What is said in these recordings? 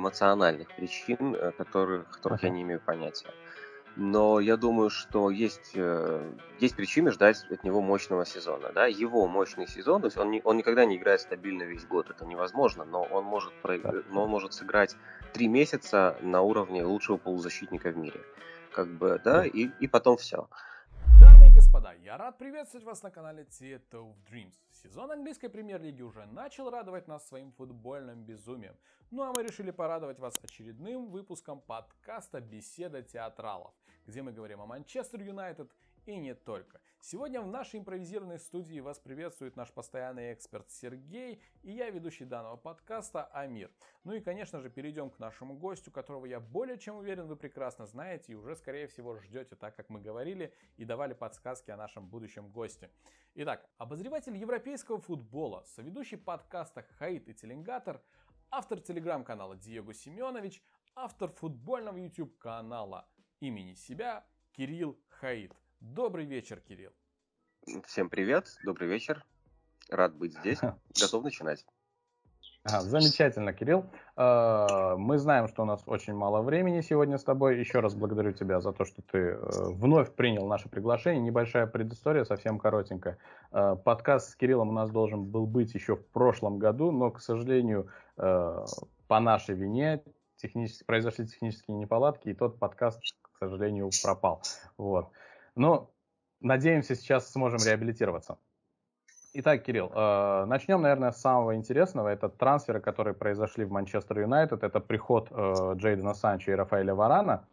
эмоциональных причин, которых я не имею понятия. Но я думаю, что есть причины ждать от него мощного сезона. Да? Его мощный сезон, то есть он никогда не играет стабильно весь год, это невозможно, но он может сыграть 3 месяца на уровне лучшего полузащитника в мире. И потом все. Дамы и господа, я рад приветствовать вас на канале Theatre of Dreams. Сезон английской премьер-лиги уже начал радовать нас своим футбольным безумием. Ну а мы решили порадовать вас очередным выпуском подкаста «Беседа театралов», где мы говорим о Манчестер Юнайтед и не только. Сегодня в нашей импровизированной студии вас приветствует наш постоянный эксперт Сергей и я, ведущий данного подкаста, Амир. Ну и, конечно же, перейдем к нашему гостю, которого я более чем уверен, вы прекрасно знаете и уже, скорее всего, ждете, так как мы говорили и давали подсказки о нашем будущем госте. Итак, обозреватель европейского футбола, соведущий подкаста «Хаид и Теленгатор», автор телеграм-канала Диего Семенович, автор футбольного YouTube-канала имени себя Кирилл Хаид. Добрый вечер, Кирилл. Всем привет, добрый вечер. Рад быть здесь. Готов начинать. Замечательно, Кирилл. Мы знаем, что у нас очень мало времени сегодня с тобой. Еще раз благодарю тебя за то, что ты вновь принял наше приглашение. Небольшая предыстория, совсем коротенькая. Подкаст с Кириллом у нас должен был быть еще в прошлом году, но, к сожалению, по нашей вине произошли технические неполадки, и тот подкаст, к сожалению, пропал. Вот. Но надеемся, сейчас сможем реабилитироваться. Итак, Кирилл, начнем, наверное, с самого интересного. Это трансферы, которые произошли в Манчестер Юнайтед. Это приход Джейдена Санчо и Рафаэля Варана.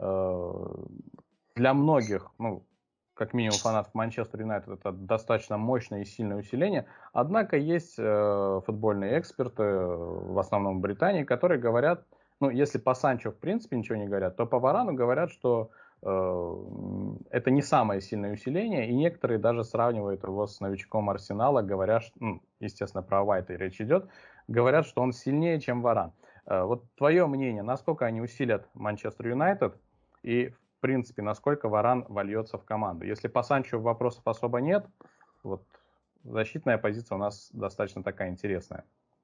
Для многих, как минимум фанатов Манчестер Юнайтед, это достаточно мощное и сильное усиление. Однако есть футбольные эксперты, в основном в Британии, которые говорят, если по Санчо в принципе ничего не говорят, то по Варану говорят, что это не самое сильное усиление, и некоторые даже сравнивают его с новичком Арсенала, говорят, естественно, про Уайта речь идет, говорят, что он сильнее, чем Варан. Вот твое мнение, насколько они усилят Манчестер Юнайтед, и, в принципе, насколько Варан вольется в команду? Если по Санчо вопросов особо нет, вот защитная позиция у нас достаточно такая интересная.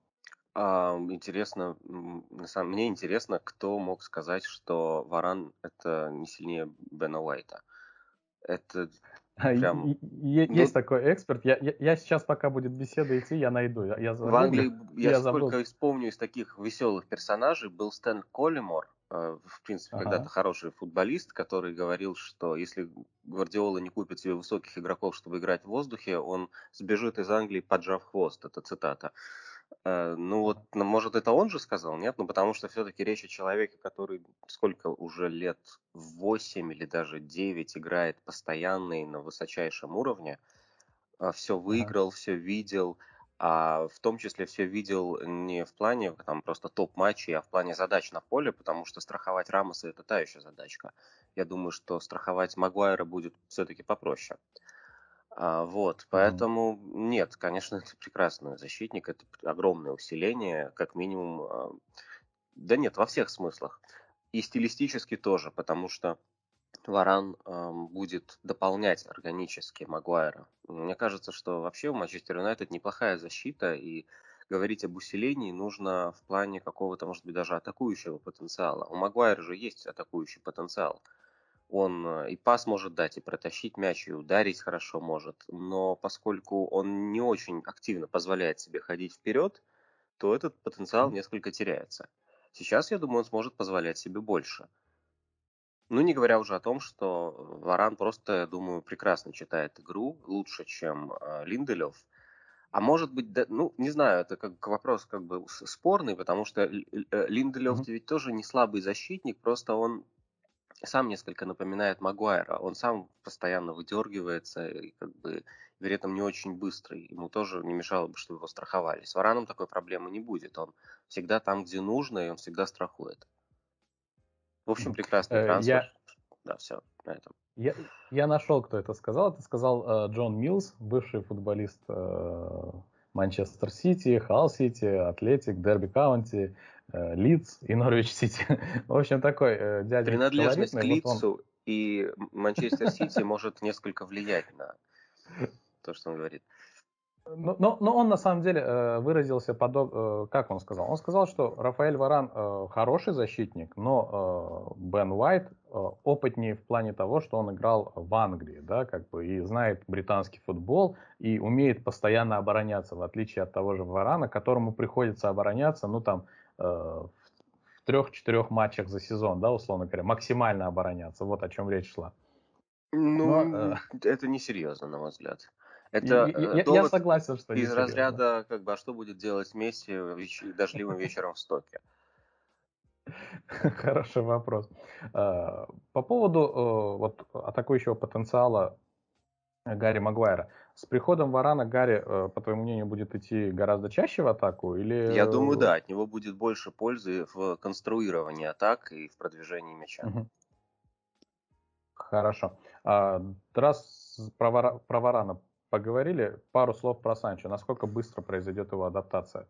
Мне интересно, кто мог сказать, что Варан это не сильнее Бена Уайта. Это прям... Есть такой эксперт. Я сейчас, пока будет беседа идти, я найду. В Англии, сколько вспомню из таких веселых персонажей, был Стэн Коллимор, в принципе, когда-то хороший футболист, который говорил, что если Гвардиола не купит себе высоких игроков, чтобы играть в воздухе, он сбежит из Англии, поджав хвост. Это цитата. Может, это он же сказал, нет? Потому что все-таки речь о человеке, который сколько уже лет 8 или даже 9 играет постоянно и на высочайшем уровне. Все выиграл, все видел, а в том числе все видел не в плане просто топ-матчей, а в плане задач на поле, потому что страховать Рамоса это та еще задачка. Я думаю, что страховать Магуайра будет все-таки попроще. Поэтому нет, конечно, это прекрасный защитник, это огромное усиление, как минимум, да нет, во всех смыслах. И стилистически тоже, потому что Варан будет дополнять органически Магуайра. Мне кажется, что вообще у Манчестер Юнайтед неплохая защита, и говорить об усилении нужно в плане какого-то, может быть, даже атакующего потенциала. У Магуайра же есть атакующий потенциал. Он и пас может дать, и протащить мяч, и ударить хорошо может. Но поскольку он не очень активно позволяет себе ходить вперед, то этот потенциал несколько теряется. Сейчас, я думаю, он сможет позволять себе больше. Не говоря уже о том, что Варан просто, я думаю, прекрасно читает игру, лучше, чем Линделев. А может быть, не знаю, это как вопрос спорный, потому что Линделев ведь тоже не слабый защитник, просто он сам несколько напоминает Магуайра. Он сам постоянно выдергивается и при этом не очень быстрый. Ему тоже не мешало бы, чтобы его страховали. С Вараном такой проблемы не будет. Он всегда там, где нужно, и он всегда страхует. В общем, прекрасный трансфер. Да, все, на этом. Я нашел, кто это сказал. Это сказал Джон Миллс, бывший футболист Манчестер Сити, Халл Сити, Атлетик, Дерби Каунти, Лидс и Норвич Сити. В общем, такой дядя. Принадлежность к Лидсу и Манчестер Сити может несколько влиять на то, что он говорит. Но он на самом деле выразился как он сказал? Он сказал, что Рафаэль Варан хороший защитник, но Бен Уайт опытнее в плане того, что он играл в Англии, да, как бы, и знает британский футбол, и умеет постоянно обороняться, в отличие от того же Варана, которому приходится обороняться, ну, там, в 3-4 матчах за сезон, да, условно говоря, максимально обороняться, вот о чем речь шла. Но Это несерьезно, на мой взгляд. я, Это я довод согласен, что из несерьезно. разряда, как бы, а что будет делать Месси дождливым вечером в Стоке? Хороший вопрос. По поводу вот атакующего потенциала Гарри Магуайра. С приходом Варана Гарри, по твоему мнению, будет идти гораздо чаще в атаку Я думаю, или... да, от него будет больше пользы в конструировании атак и в продвижении мяча. Мгм. Хорошо. Раз про Варана поговорили, пару слов про Санчо. Насколько быстро произойдет его адаптация?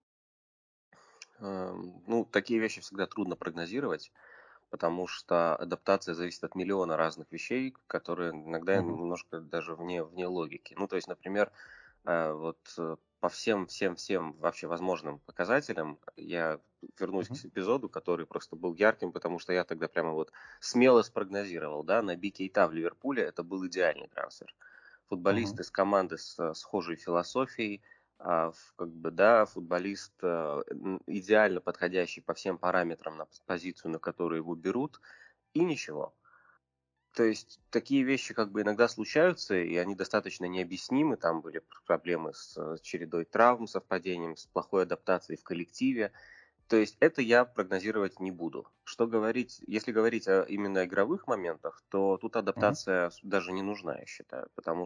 Ну, такие вещи всегда трудно прогнозировать, потому что адаптация зависит от миллиона разных вещей, которые иногда Мгм. немножко даже вне логики. Ну, то есть, например, по всем вообще возможным показателям я вернусь Мгм. к эпизоду, который просто был ярким, потому что я тогда прямо вот смело спрогнозировал, да, на Кейта в Ливерпуле это был идеальный трансфер. Футболист Мгм. из команды с схожей философией, как бы, да, футболист идеально подходящий по всем параметрам на позицию, на которую его берут, и ничего. То есть такие вещи как бы иногда случаются, и они достаточно необъяснимы. Там были проблемы с чередой травм, совпадением, с плохой адаптацией в коллективе. То есть это я прогнозировать не буду. Что говорить, если говорить о именно игровых моментах, то тут Мгм. адаптация даже не нужна, я считаю.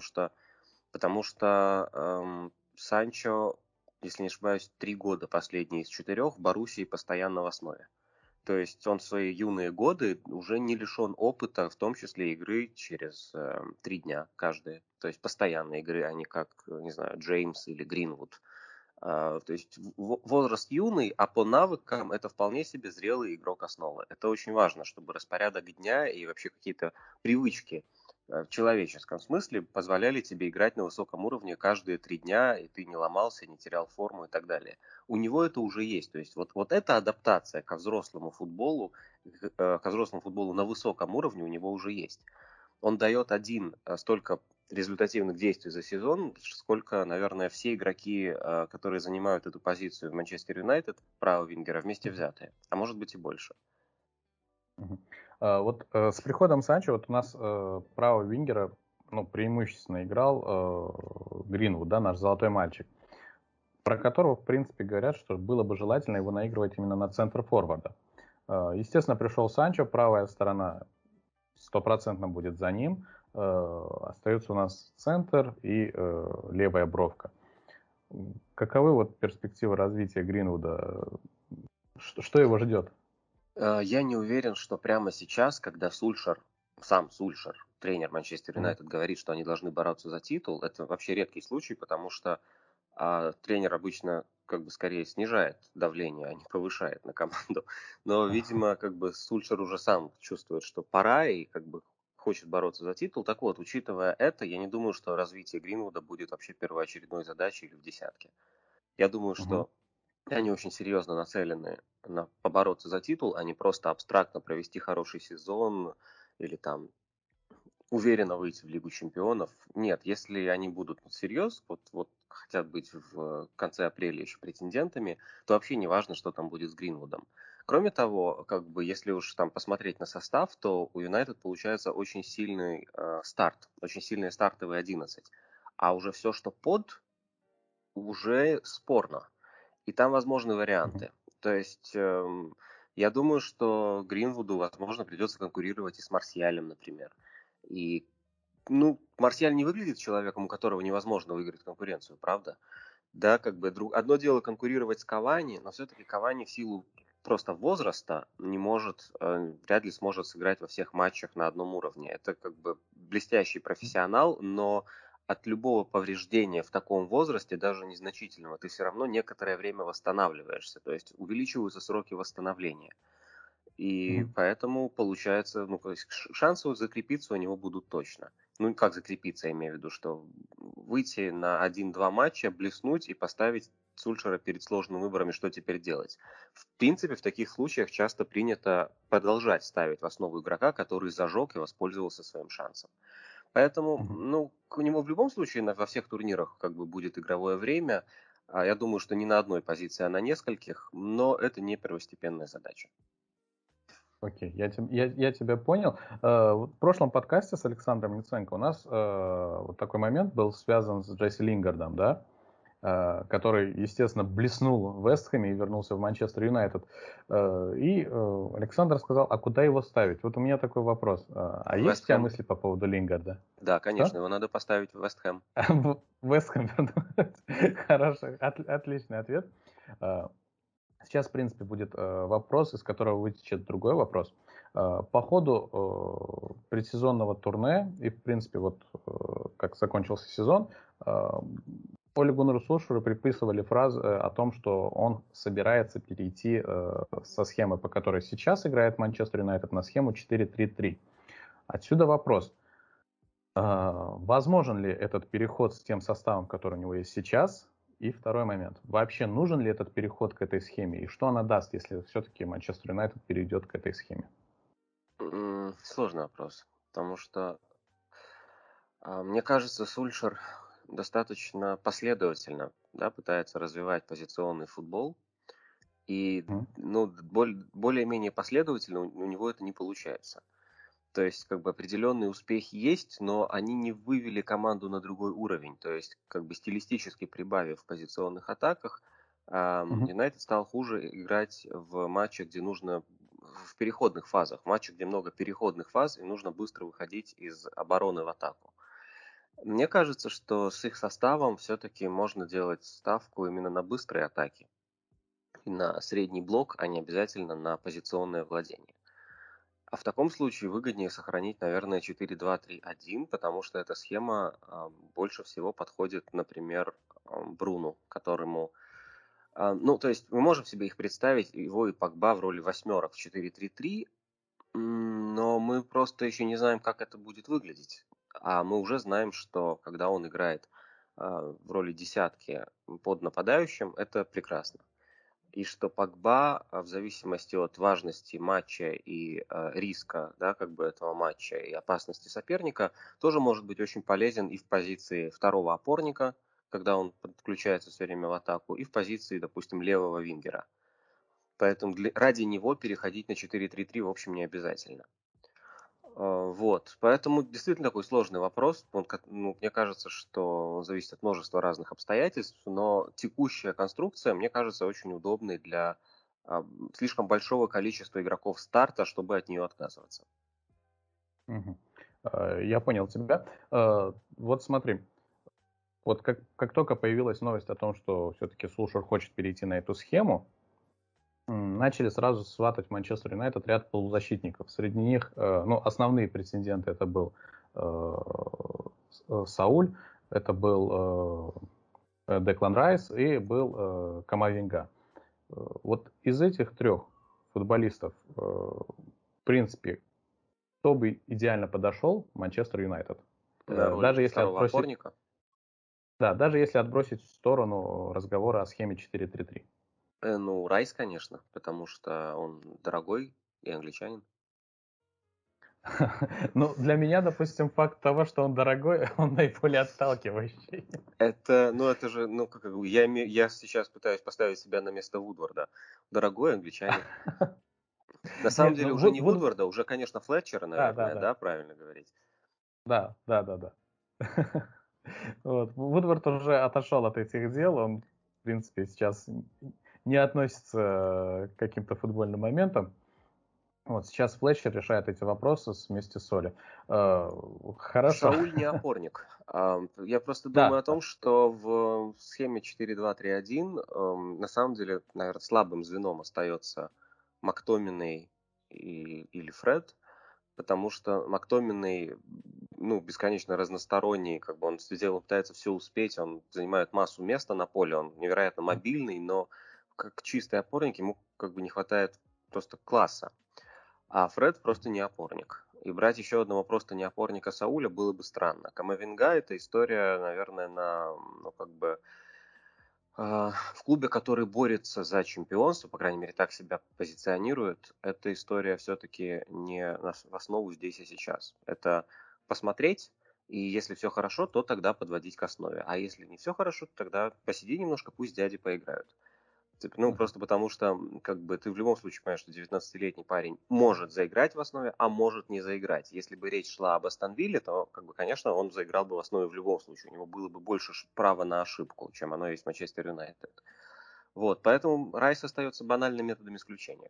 Потому что Санчо, если не ошибаюсь, 3 года последние из 4 в Боруссии постоянно в основе. То есть он в свои юные годы уже не лишен опыта, в том числе игры через 3 дня каждые. То есть постоянной игры, а не как, не знаю, Джеймс или Гринвуд. То есть возраст юный, а по навыкам это вполне себе зрелый игрок основы. Это очень важно, чтобы распорядок дня и вообще какие-то привычки в человеческом смысле позволяли тебе играть на высоком уровне каждые 3 дня, и ты не ломался, не терял форму и так далее. У него это уже есть. То есть вот эта адаптация ко взрослому футболу на высоком уровне у него уже есть. Он дает столько результативных действий за сезон, сколько, наверное, все игроки, которые занимают эту позицию в Манчестер Юнайтед, правого вингера, вместе Мгм. взятые. А может быть и больше. Мгм. Вот с приходом Санчо вот у нас правого вингера, ну, преимущественно играл Гринвуд, да, наш золотой мальчик, про которого, в принципе, говорят, что было бы желательно его наигрывать именно на центр форварда. Естественно, пришел Санчо, правая сторона стопроцентно будет за ним. Остается у нас центр и левая бровка. Каковы вот перспективы развития Гринвуда? Что его ждет? Я не уверен, что прямо сейчас, когда сам Сульшер, тренер Манчестер Мгм. Юнайтед, говорит, что они должны бороться за титул, это вообще редкий случай, потому что тренер обычно как бы скорее снижает давление, а не повышает на команду. Но, видимо, как бы Сульшер уже сам чувствует, что пора и как бы хочет бороться за титул. Так вот, учитывая это, я не думаю, что развитие Гринвуда будет вообще первоочередной задачей или в десятке. Я думаю, Мгм. что они очень серьезно нацелены на побороться за титул, а не просто абстрактно провести хороший сезон или там уверенно выйти в Лигу чемпионов. Нет, если они будут всерьез, вот хотят быть в конце апреля еще претендентами, то вообще не важно, что там будет с Гринвудом. Кроме того, как бы, если уж там посмотреть на состав, то у Юнайтед получается очень сильный старт, очень сильные стартовые 11. А уже все, что уже спорно. И там возможны Мгм. варианты. То есть я думаю, что Гринвуду, возможно, придется конкурировать и с Марсиалем, например. И, ну, Марсиаль не выглядит человеком, у которого невозможно выиграть конкуренцию, правда? Да, как бы одно дело конкурировать с Кавани, но все-таки Кавани в силу просто возраста вряд ли сможет сыграть во всех матчах на одном уровне. Это как бы блестящий профессионал, но от любого повреждения в таком возрасте, даже незначительного, ты все равно некоторое время восстанавливаешься, то есть увеличиваются сроки восстановления. И поэтому получается, ну, то есть шансы закрепиться у него будут точно. Ну, как закрепиться, я имею в виду, что выйти на 1-2 матча, блеснуть и поставить Сульшера перед сложными выборами, что теперь делать. В принципе, в таких случаях часто принято продолжать ставить в основу игрока, который зажег и воспользовался своим шансом. Поэтому, ну, у него в любом случае во всех турнирах как бы будет игровое время. Я думаю, что не на одной позиции, а на нескольких, но это не первостепенная задача. Окей, я тебя понял. В прошлом подкасте с Александром Ниценко у нас вот такой момент был связан с Джесси Лингардом, да, который, естественно, блеснул в Вест Хэме и вернулся в Манчестер Юнайтед. И Александр сказал, а куда его ставить? Вот у меня такой вопрос. А есть у тебя мысли по поводу Лингарда? Да, конечно, его надо поставить в Вест Хэм. Вест Хэм. Хорошо, отличный ответ. Сейчас, в принципе, будет вопрос, из которого вытечет другой вопрос. По ходу предсезонного турне и, в принципе, вот как закончился сезон, Оле Гуннару Сульшеру приписывали фразы о том, что он собирается перейти со схемы, по которой сейчас играет Манчестер Юнайтед, на схему 4-3-3. Отсюда вопрос. Возможен ли этот переход с тем составом, который у него есть сейчас? И второй момент. Вообще нужен ли этот переход к этой схеме? И что она даст, если все-таки Манчестер Юнайтед перейдет к этой схеме? Сложный вопрос. Потому что, мне кажется, Сульшер достаточно последовательно, да, пытается развивать позиционный футбол. И ну, более-менее последовательно у него это не получается. То есть, как бы определенные успехи есть, но они не вывели команду на другой уровень. То есть, как бы стилистически прибавив в позиционных атаках, Юнайтед стал хуже играть в матчах, где нужно в переходных фазах, в матчах, где много переходных фаз, и нужно быстро выходить из обороны в атаку. Мне кажется, что с их составом все-таки можно делать ставку именно на быстрые атаки и на средний блок, а не обязательно на позиционное владение. А в таком случае выгоднее сохранить, наверное, 4-2-3-1, потому что эта схема больше всего подходит, например, Бруну, которому... Ну, то есть мы можем себе их представить, его и Погба в роли восьмерок в 4-3-3, но мы просто еще не знаем, как это будет выглядеть. А мы уже знаем, что когда он играет в роли десятки под нападающим, это прекрасно. И что Погба, в зависимости от важности матча и риска, да, как бы этого матча и опасности соперника, тоже может быть очень полезен и в позиции второго опорника, когда он подключается все время в атаку, и в позиции, допустим, левого вингера. Поэтому ради него переходить на 4-3-3 в общем не обязательно. Вот, поэтому действительно такой сложный вопрос. Он, ну, мне кажется, что он зависит от множества разных обстоятельств, но текущая конструкция, мне кажется, очень удобной для слишком большого количества игроков старта, чтобы от нее отказываться. Я понял тебя. Вот смотри, вот как только появилась новость о том, что все-таки Сульшер хочет перейти на эту схему, начали сразу сватать в Манчестер Юнайтед ряд полузащитников. Среди них, ну, основные претенденты это был Сауль, это был Деклан Райс и был Камавинга. Вот из этих трех футболистов, в принципе, кто бы идеально подошел Манчестер Юнайтед? Даже если отбросить... опорника? Да, даже если отбросить в сторону разговора о схеме 4-3-3. Ну, Райс, конечно, потому что он дорогой и англичанин. Ну, для меня, допустим, факт того, что он дорогой, он наиболее отталкивающий. Это же, ну, как я сейчас пытаюсь поставить себя на место Вудварда. Дорогой англичанин. На самом деле уже не Вудварда, уже, конечно, Флетчера, наверное, да, правильно говорить? Да. Вот. Вудвард уже отошел от этих дел, он, в принципе, сейчас не относится к каким-то футбольным моментам. Вот сейчас Флетчер решает эти вопросы вместе с Соли. Хорошо. Сауль не опорник. Я просто думаю о том, что в схеме 4-2-3-1 на самом деле, наверное, слабым звеном остается Мактоминей или Фред, потому что Мактоминей, ну, бесконечно разносторонний, как бы он пытается все успеть, он занимает массу места на поле, он невероятно мобильный, но как чистый опорник ему как бы не хватает просто класса. А Фред просто не опорник. И брать еще одного просто не опорника Сауля было бы странно. Камавинга — это история, наверное, в клубе, который борется за чемпионство, по крайней мере, так себя позиционирует, эта история все-таки не в основу здесь и сейчас. Это посмотреть, и если все хорошо, то тогда подводить к основе. А если не все хорошо, то тогда посиди немножко, пусть дяди поиграют. Просто потому что, как бы, ты в любом случае понимаешь, что 19-летний парень может заиграть в основе, а может не заиграть. Если бы речь шла об Астон Вилле, то, как бы, конечно, он заиграл бы в основе в любом случае. У него было бы больше права на ошибку, чем оно есть в Манчестер Юнайтед. Вот, поэтому Райс остается банальным методом исключения.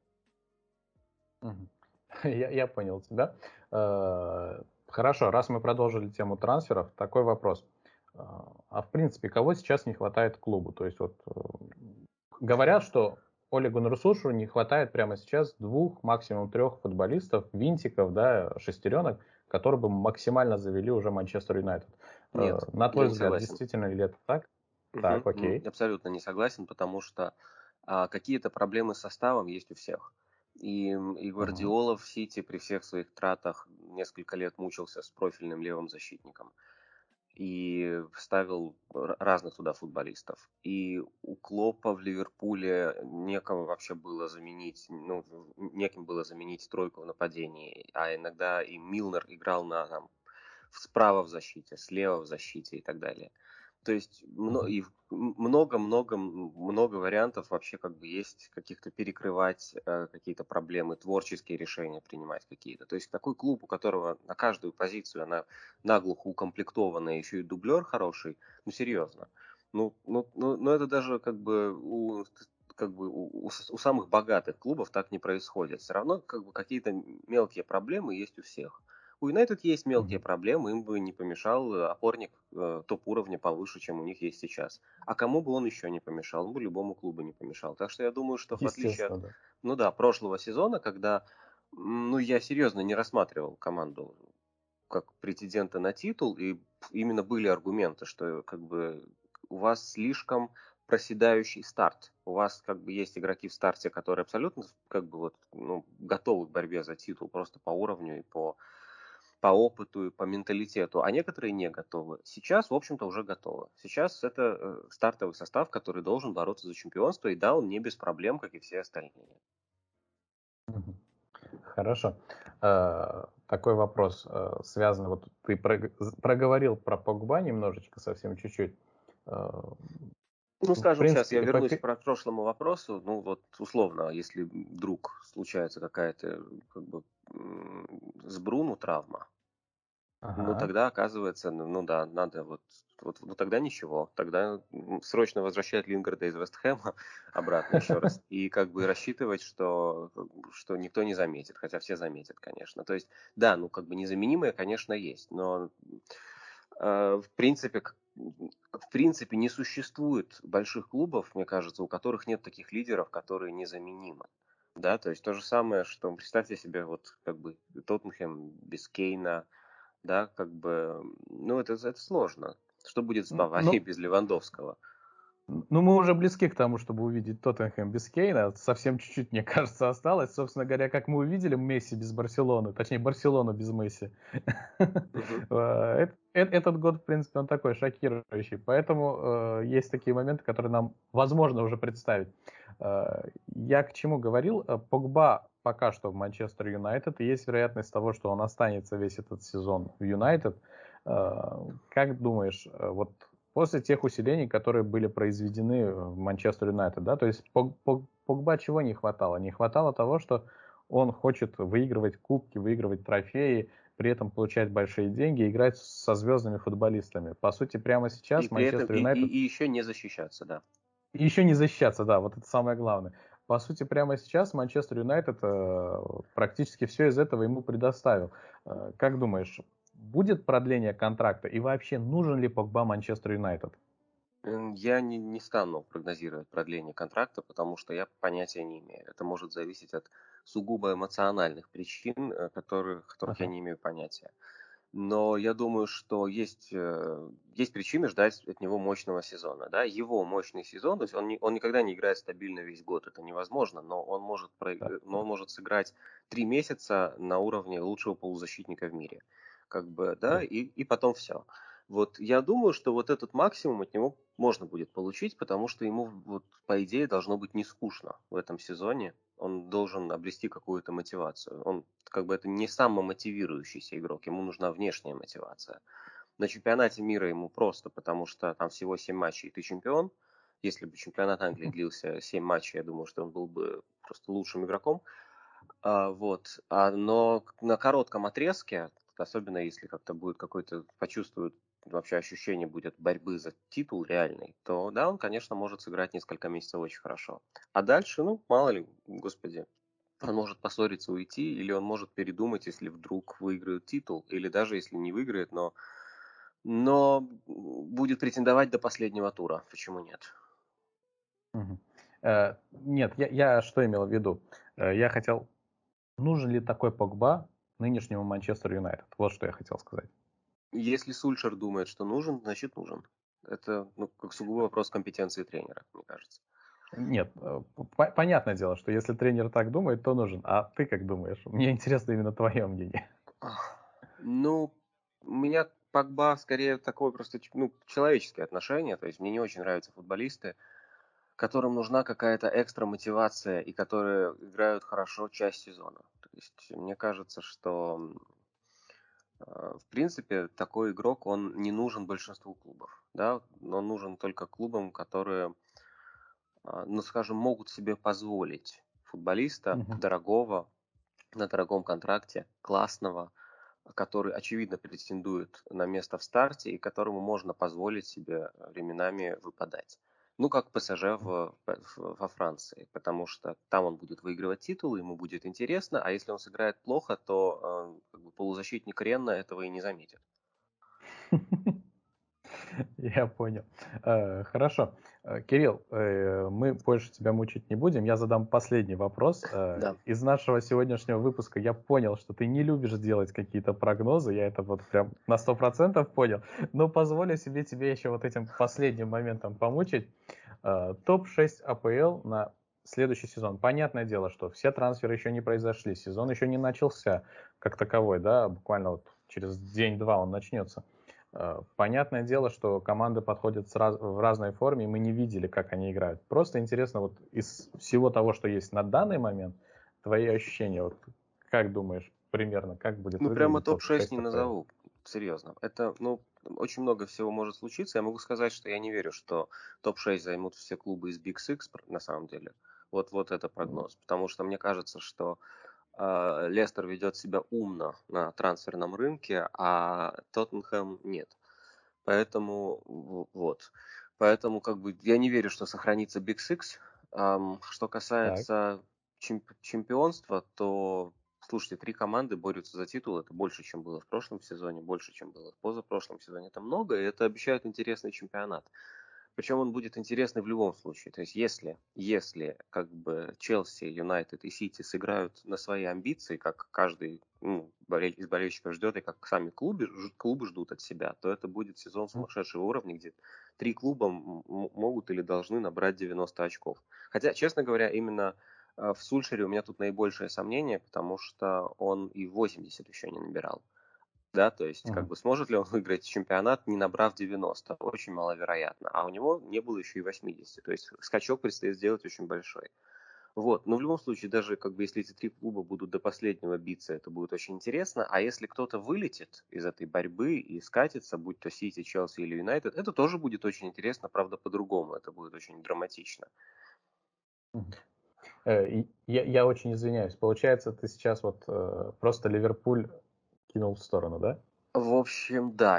Я понял тебя. Хорошо, раз мы продолжили тему трансферов, такой вопрос. А в принципе, кого сейчас не хватает клубу? То есть вот говорят, что Оле Гуннар Сульшеру не хватает прямо сейчас 2, максимум 3 футболистов, винтиков, да, шестеренок, которые бы максимально завели уже Манчестер Юнайтед. Нет, На твой я не взгляд, согласен. действительно ли это так? Так, окей. Абсолютно не согласен, потому что какие-то проблемы с составом есть у всех. И Гвардиола в Сити при всех своих тратах несколько лет мучился с профильным левым защитником и ставил разных туда футболистов. И у Клопа в Ливерпуле некому вообще было заменить, неким было заменить тройку в нападении, а иногда и Милнер играл справа в защите, слева в защите и так далее. То есть много вариантов вообще как бы есть каких-то перекрывать какие-то проблемы, творческие решения принимать какие-то. То есть такой клуб, у которого на каждую позицию она наглухо укомплектованная, еще и дублер хороший, серьезно. Это даже у самых богатых клубов так не происходит. Все равно как бы какие-то мелкие проблемы есть у всех. У Юнайтед есть мелкие проблемы, им бы не помешал опорник топ-уровня повыше, чем у них есть сейчас. А кому бы он еще не помешал? Он бы любому клубу не помешал. Так что я думаю, что в отличие от прошлого сезона, когда я серьезно не рассматривал команду как претендента на титул, и именно были аргументы, что как бы у вас слишком проседающий старт. У вас как бы есть игроки в старте, которые абсолютно как бы готовы к борьбе за титул просто по уровню и по опыту и по менталитету, а некоторые не готовы. Сейчас, в общем-то, уже готовы. Сейчас это стартовый состав, который должен бороться за чемпионство, и да, он не без проблем, как и все остальные. Хорошо. Такой вопрос, связанный, вот ты проговорил про Погба немножечко, совсем чуть-чуть. Скажем, сейчас я вернусь к прошлому вопросу. Условно, если вдруг случается какая-то с Бруно травма, тогда оказывается, надо тогда ничего. Тогда срочно возвращать Лингарда из Вест-Хэма обратно еще раз. И как бы рассчитывать, что никто не заметит. Хотя все заметят, конечно. То есть, да, незаменимые, конечно, есть. Но в принципе не существует больших клубов, мне кажется, у которых нет таких лидеров, которые незаменимы. Да, то есть то же самое, что представьте себе Тоттенхэм без Кейна, да, это сложно. Что будет с Баварией без Левандовского? Мы уже близки к тому, чтобы увидеть Тоттенхэм без Кейна. Совсем чуть-чуть, мне кажется, осталось. Собственно говоря, как мы увидели Месси без Барселоны, точнее, Барселону без Месси. Этот год, в принципе, он такой шокирующий. Поэтому есть такие моменты, которые нам возможно уже представить. Я к чему говорил? Погба пока что в Манчестер Юнайтед, и есть вероятность того, что он останется весь этот сезон в Юнайтед. Как думаешь, вот после тех усилений, которые были произведены в Манчестер Юнайтед, да, то есть Погба чего не хватало? Не хватало того, что он хочет выигрывать кубки, выигрывать трофеи, при этом получать большие деньги, играть со звездными футболистами. По сути, прямо сейчас Манчестер Юнайтед... И еще не защищаться, да. И еще не защищаться, да, вот это самое главное. По сути, прямо сейчас Манчестер Юнайтед практически все из этого ему предоставил. Как думаешь, будет продление контракта и вообще нужен ли Погба Манчестер Юнайтед? Я не стану прогнозировать продление контракта, потому что я понятия не имею. Это может зависеть от сугубо эмоциональных причин, которых я не имею понятия. Но я думаю, что есть причины ждать от него мощного сезона. Да? Его мощный сезон, то есть он никогда не играет стабильно весь год, это невозможно, но но он может сыграть 3 месяца на уровне лучшего полузащитника в мире. Как бы, да, Да. и потом все. Вот я думаю, что вот этот максимум от него можно будет получить, потому что ему, вот, по идее, должно быть не скучно в этом сезоне. Он должен обрести какую-то мотивацию. Он, как бы, это не самомотивирующийся игрок, ему нужна внешняя мотивация. На чемпионате мира ему просто, потому что там всего 7 матчей, и ты чемпион. Если бы чемпионат Англии длился 7 матчей, я думаю, что он был бы просто лучшим игроком. Но на коротком отрезке, особенно если как-то будет какой-то, почувствует вообще ощущение будет борьбы за титул реальный, то да, он, конечно, может сыграть несколько месяцев очень хорошо. А дальше, ну, мало ли, господи, он может поссориться, уйти, или он может передумать, если вдруг выиграет титул, или даже если не выиграет, но будет претендовать до последнего тура. Почему нет? Мгм. Нет, я что имел в виду? Я хотел, нужен ли такой Погба нынешнему Манчестер Юнайтед? Вот что я хотел сказать. Если Сульшер думает, что нужен, значит нужен. Это, ну, как сугубо вопрос компетенции тренера, мне кажется. Нет, понятное дело, что если тренер так думает, то нужен. А ты как думаешь? Мне интересно именно твое мнение. Ну, у меня к Погба скорее такое просто человеческое отношение. То есть мне не очень нравятся футболисты, которым нужна какая-то экстра мотивация и которые играют хорошо часть сезона. То есть мне кажется, что в принципе такой игрок, он не нужен большинству клубов. Да? Он нужен только клубам, которые, ну скажем, могут себе позволить футболиста Мгм. дорогого, на дорогом контракте, классного, который, очевидно, претендует на место в старте и которому можно позволить себе временами выпадать. Ну, как ПСЖ во Франции, потому что там он будет выигрывать титулы, ему будет интересно, а если он сыграет плохо, то как бы полузащитник Ренна этого и не заметит. Я понял. Хорошо. Кирилл, мы больше тебя мучить не будем. Я задам последний вопрос. Да. Из нашего сегодняшнего выпуска я понял, что ты не любишь делать какие-то прогнозы. Я это вот прям на 100% понял. Но позволю себе тебе еще вот этим последним моментом помучить. Топ-6 АПЛ на следующий сезон. Понятное дело, что все трансферы еще не произошли. Сезон еще не начался как таковой, да, буквально вот через день-два он начнется. Понятное дело, что команды подходят в разной форме, и мы не видели, как они играют. Просто интересно, вот из всего того, что есть на данный момент, твои ощущения, вот как думаешь, примерно, как будет Ну, прямо выглядеть топ-6 топ-6 не АПЛ? назову. Серьезно. Это, ну, очень много всего может случиться. Я могу сказать, что я не верю, что топ-6 займут все клубы из Big Six, на самом деле. Вот это прогноз. Потому что мне кажется, что Лестер ведет себя умно на трансферном рынке, а Тоттенхэм нет. Поэтому вот. Поэтому как бы я не верю, что сохранится Big Six. Что Так. касается чемпионства, то слушайте, 3 команды борются за титул. Это больше, чем было в прошлом сезоне, больше, чем было в позапрошлом сезоне. Это много, и это обещает интересный чемпионат. Причем он будет интересный в любом случае. То есть если как бы Челси, Юнайтед и Сити сыграют на свои амбиции, как каждый из болельщиков ждет и как сами клубы ждут от себя, то это будет сезон сумасшедшего уровня, где 3 клуба могут или должны набрать 90 очков. Хотя, честно говоря, именно в Сульшере у меня тут наибольшее сомнение, потому что он и 80 еще не набирал. Да, то есть, как Мгм. бы, сможет ли он выиграть чемпионат, не набрав 90? Очень маловероятно. А у него не было еще и 80. То есть, скачок предстоит сделать очень большой. Вот, но в любом случае, даже как бы если эти 3 клуба будут до последнего биться, это будет очень интересно. А если кто-то вылетит из этой борьбы и скатится, будь то Сити, Челси или Юнайтед, это тоже будет очень интересно, правда, по-другому. Это будет очень драматично. Мгм. Я очень извиняюсь. Получается, ты сейчас вот просто Ливерпуль кинул в сторону, да? В общем, да,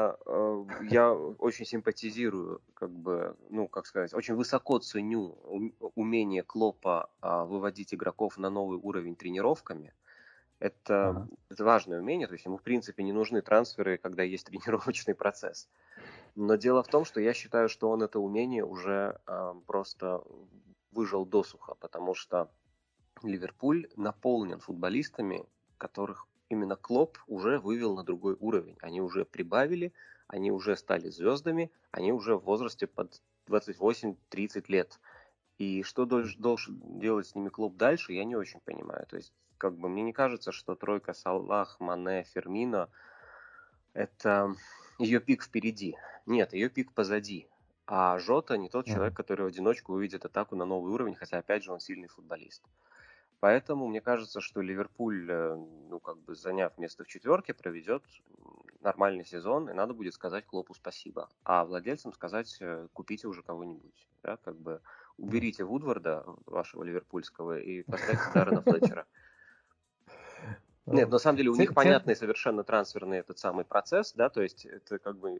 я очень симпатизирую, как бы, ну, как сказать, очень высоко ценю умение Клопа выводить игроков на новый уровень тренировками. Это, Ага. это важное умение, то есть ему, в принципе, не нужны трансферы, когда есть тренировочный процесс. Но дело в том, что я считаю, что он это умение уже просто выжил досуха, потому что Ливерпуль наполнен футболистами, которых именно Клопп уже вывел на другой уровень. Они уже прибавили, они уже стали звездами, они уже в возрасте под 28-30 лет. И что должен делать с ними Клопп дальше, я не очень понимаю. То есть, как бы мне не кажется, что тройка Салах, Мане, Фермино – это ее пик впереди. Нет, ее пик позади. А Жота не тот человек, который в одиночку выведет атаку на новый уровень, хотя, опять же, он сильный футболист. Поэтому мне кажется, что Ливерпуль, заняв место в четверке, проведет нормальный сезон, и надо будет сказать Клопу спасибо. А владельцам сказать, купите уже кого-нибудь. Да, уберите Вудварда, вашего ливерпульского, и поставьте Даррена Флетчера. Нет, на самом деле у них понятный совершенно трансферный этот самый процесс, да, то есть это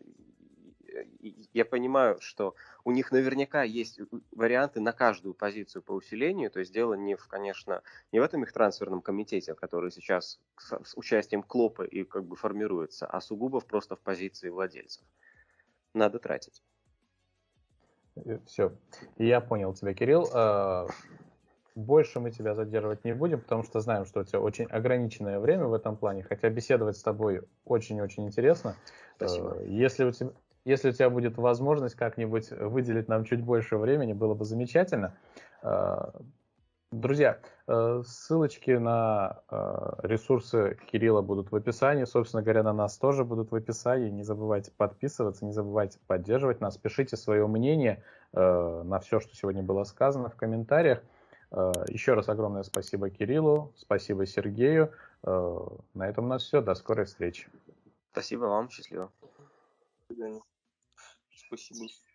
я понимаю, что у них наверняка есть варианты на каждую позицию по усилению, то есть дело конечно, не в этом их трансферном комитете, который сейчас с участием Клопа и формируется, а сугубо просто в позиции владельцев. Надо тратить. Все, я понял тебя, Кирилл. Больше мы тебя задерживать не будем, потому что знаем, что у тебя очень ограниченное время в этом плане, хотя беседовать с тобой очень-очень интересно. Спасибо. Если у тебя будет возможность как-нибудь выделить нам чуть больше времени, было бы замечательно. Друзья, ссылочки на ресурсы Кирилла будут в описании. Собственно говоря, на нас тоже будут в описании. Не забывайте подписываться, не забывайте поддерживать нас. Пишите свое мнение на все, что сегодня было сказано в комментариях. Еще раз огромное спасибо Кириллу, спасибо Сергею. На этом у нас все. До скорой встречи. Спасибо вам, счастливо. До свидания. Спасибо.